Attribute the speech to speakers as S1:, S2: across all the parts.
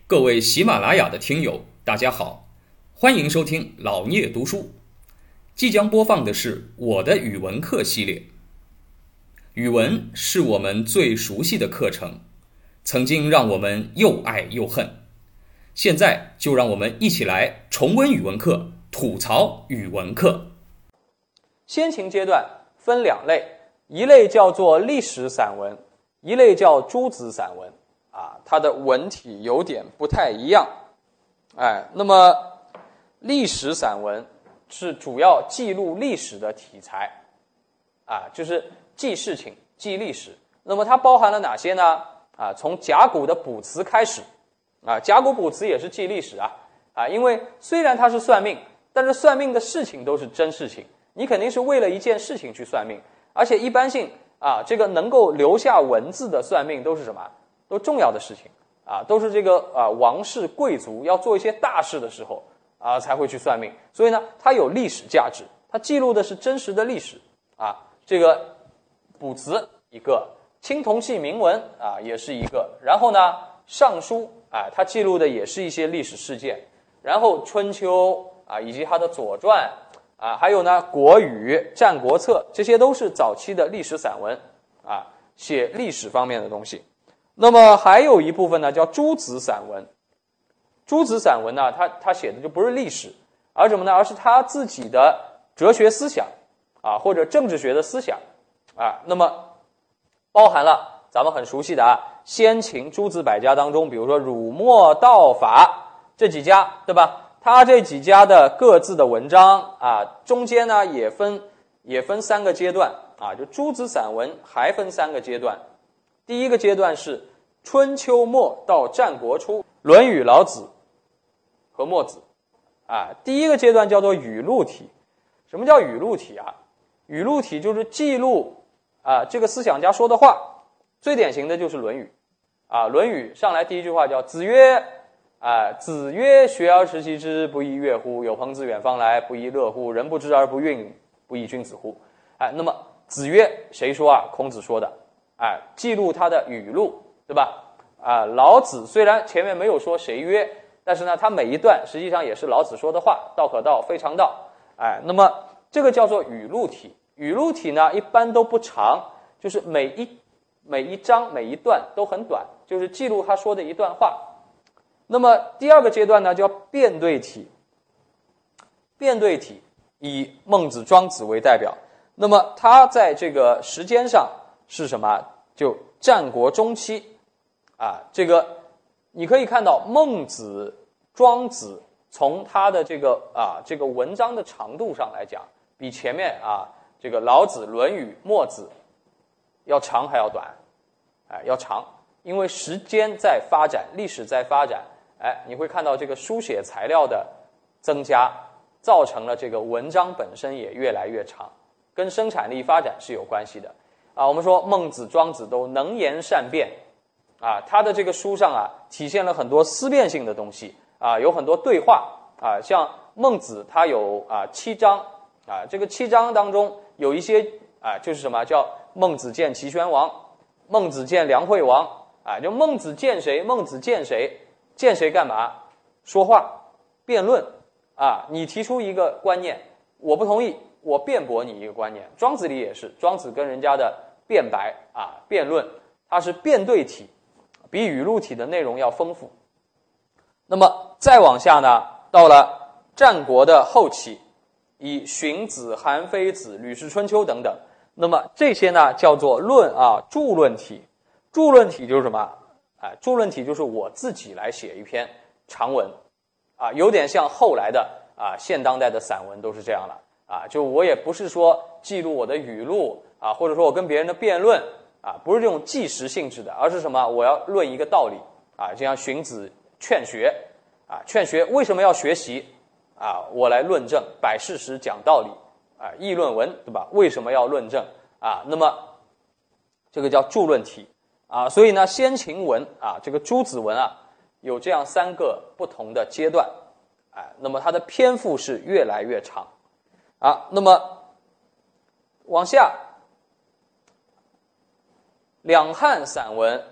S1: 各位喜马拉雅的听友，大家好，欢迎收听老聂读书。即将播放的是我的语文课系列。语文是我们最熟悉的课程，曾经让我们又爱又恨。现在就让我们一起来重温语文课，吐槽语文课。
S2: 先秦阶段分两类，一类叫做历史散文，一类叫诸子散文。它的文体有点不太一样。那么历史散文是主要记录历史的题材，就是记事情、记历史。那么它包含了哪些呢？从甲骨的卜辞开始，甲骨卜辞也是记历史因为虽然它是算命，但是算命的事情都是真事情，你肯定是为了一件事情去算命，而且一般性这个能够留下文字的算命都是什么？都重要的事情都是这个王室贵族要做一些大事的时候才会去算命，所以呢它有历史价值，它记录的是真实的历史这个卜辞一个，青铜器铭文也是一个，然后呢尚书它记录的也是一些历史事件，然后春秋以及它的左传还有呢国语、战国策，这些都是早期的历史散文写历史方面的东西。那么还有一部分呢叫诸子散文。诸子散文呢它写的就不是历史，而什么呢？而是他自己的哲学思想或者政治学的思想那么包含了咱们很熟悉的先秦诸子百家当中，比如说儒墨道法这几家，对吧？他这几家的各自的文章中间呢也分三个阶段就诸子散文还分三个阶段。第一个阶段是春秋末到战国初，论语、老子和墨子第一个阶段叫做语录体。什么叫语录体语录体就是记录这个思想家说的话，最典型的就是论语论语上来第一句话叫子曰子曰学而时习之，不亦乐乎？有朋自远方来，不亦乐乎？人不知而不愠，不亦君子乎？那么子曰谁说孔子说的记录他的语录，对吧老子虽然前面没有说谁曰，但是呢他每一段实际上也是老子说的话，道可道非常道那么这个叫做语录体。语录体呢一般都不长，就是每一章每一段都很短，就是记录他说的一段话。那么第二个阶段呢叫辩对体。辩对体以孟子、庄子为代表，那么他在这个时间上是什么？就战国中期这个你可以看到孟子、庄子从他的这个文章的长度上来讲，比前面这个老子、论语、墨子要长还要短要长，因为时间在发展，历史在发展你会看到这个书写材料的增加，造成了这个文章本身也越来越长，跟生产力发展是有关系的我们说孟子、庄子都能言善辩他的这个书上体现了很多思辨性的东西有很多对话像孟子他有7章这个7章当中有一些就是什么叫孟子见齐宣王，孟子见梁惠王就孟子见谁？孟子见谁？见谁干嘛？说话辩论你提出一个观念，我不同意，我辩驳你一个观念。庄子里也是，庄子跟人家的辩白辩论，它是辩对体，比语录体的内容要丰富。那么再往下呢，到了战国的后期，以荀子、韩非子、吕氏春秋等等，那么这些呢叫做论著论体。著论体就是什么著论体就是我自己来写一篇长文有点像后来的现当代的散文都是这样了就我也不是说记录我的语录或者说我跟别人的辩论不是这种纪实性质的，而是什么？我要论一个道理就像荀子劝学劝学为什么要学习我来论证，摆事实讲道理议论文，对吧？为什么要论证那么这个叫著论体所以呢先秦文这个诸子文有这样3个不同的阶段那么它的篇幅是越来越长那么往下两汉散文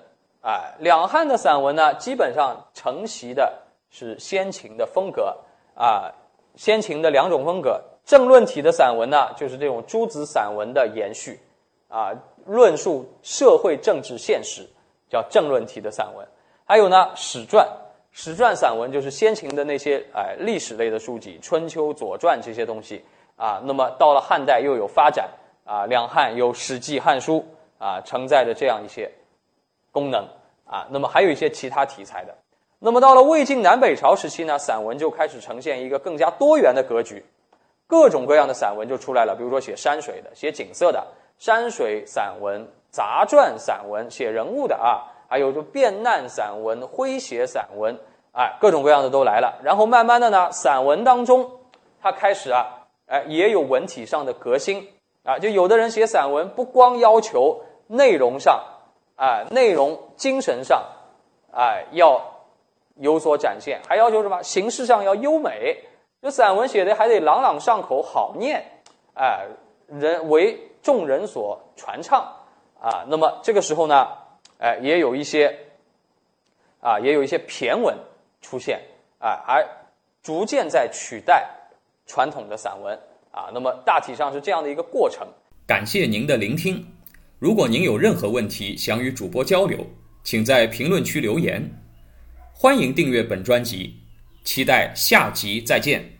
S2: 两汉的散文呢，基本上承袭的是先秦的风格先秦的两种风格。政论体的散文呢，就是这种诸子散文的延续论述社会政治现实，叫政论体的散文。还有呢，史传散文就是先秦的那些历史类的书籍，春秋、左传这些东西那么到了汉代又有发展两汉有史记、汉书承载着这样一些功能那么还有一些其他题材的。那么到了魏晋南北朝时期呢，散文就开始呈现一个更加多元的格局，各种各样的散文就出来了。比如说写山水的，写景色的山水散文、杂传散文，写人物的还有就变难散文、诙谐散文各种各样的都来了。然后慢慢的呢，散文当中它开始也有文体上的革新就有的人写散文不光要求内容上内容精神上要有所展现，还要求什么？形式上要优美。这散文写的还得朗朗上口，好念为众人所传唱那么这个时候呢也有一些骈文出现而逐渐在取代传统的散文那么大体上是这样的一个过程。
S1: 感谢您的聆听。如果您有任何问题想与主播交流，请在评论区留言。欢迎订阅本专辑，期待下集再见。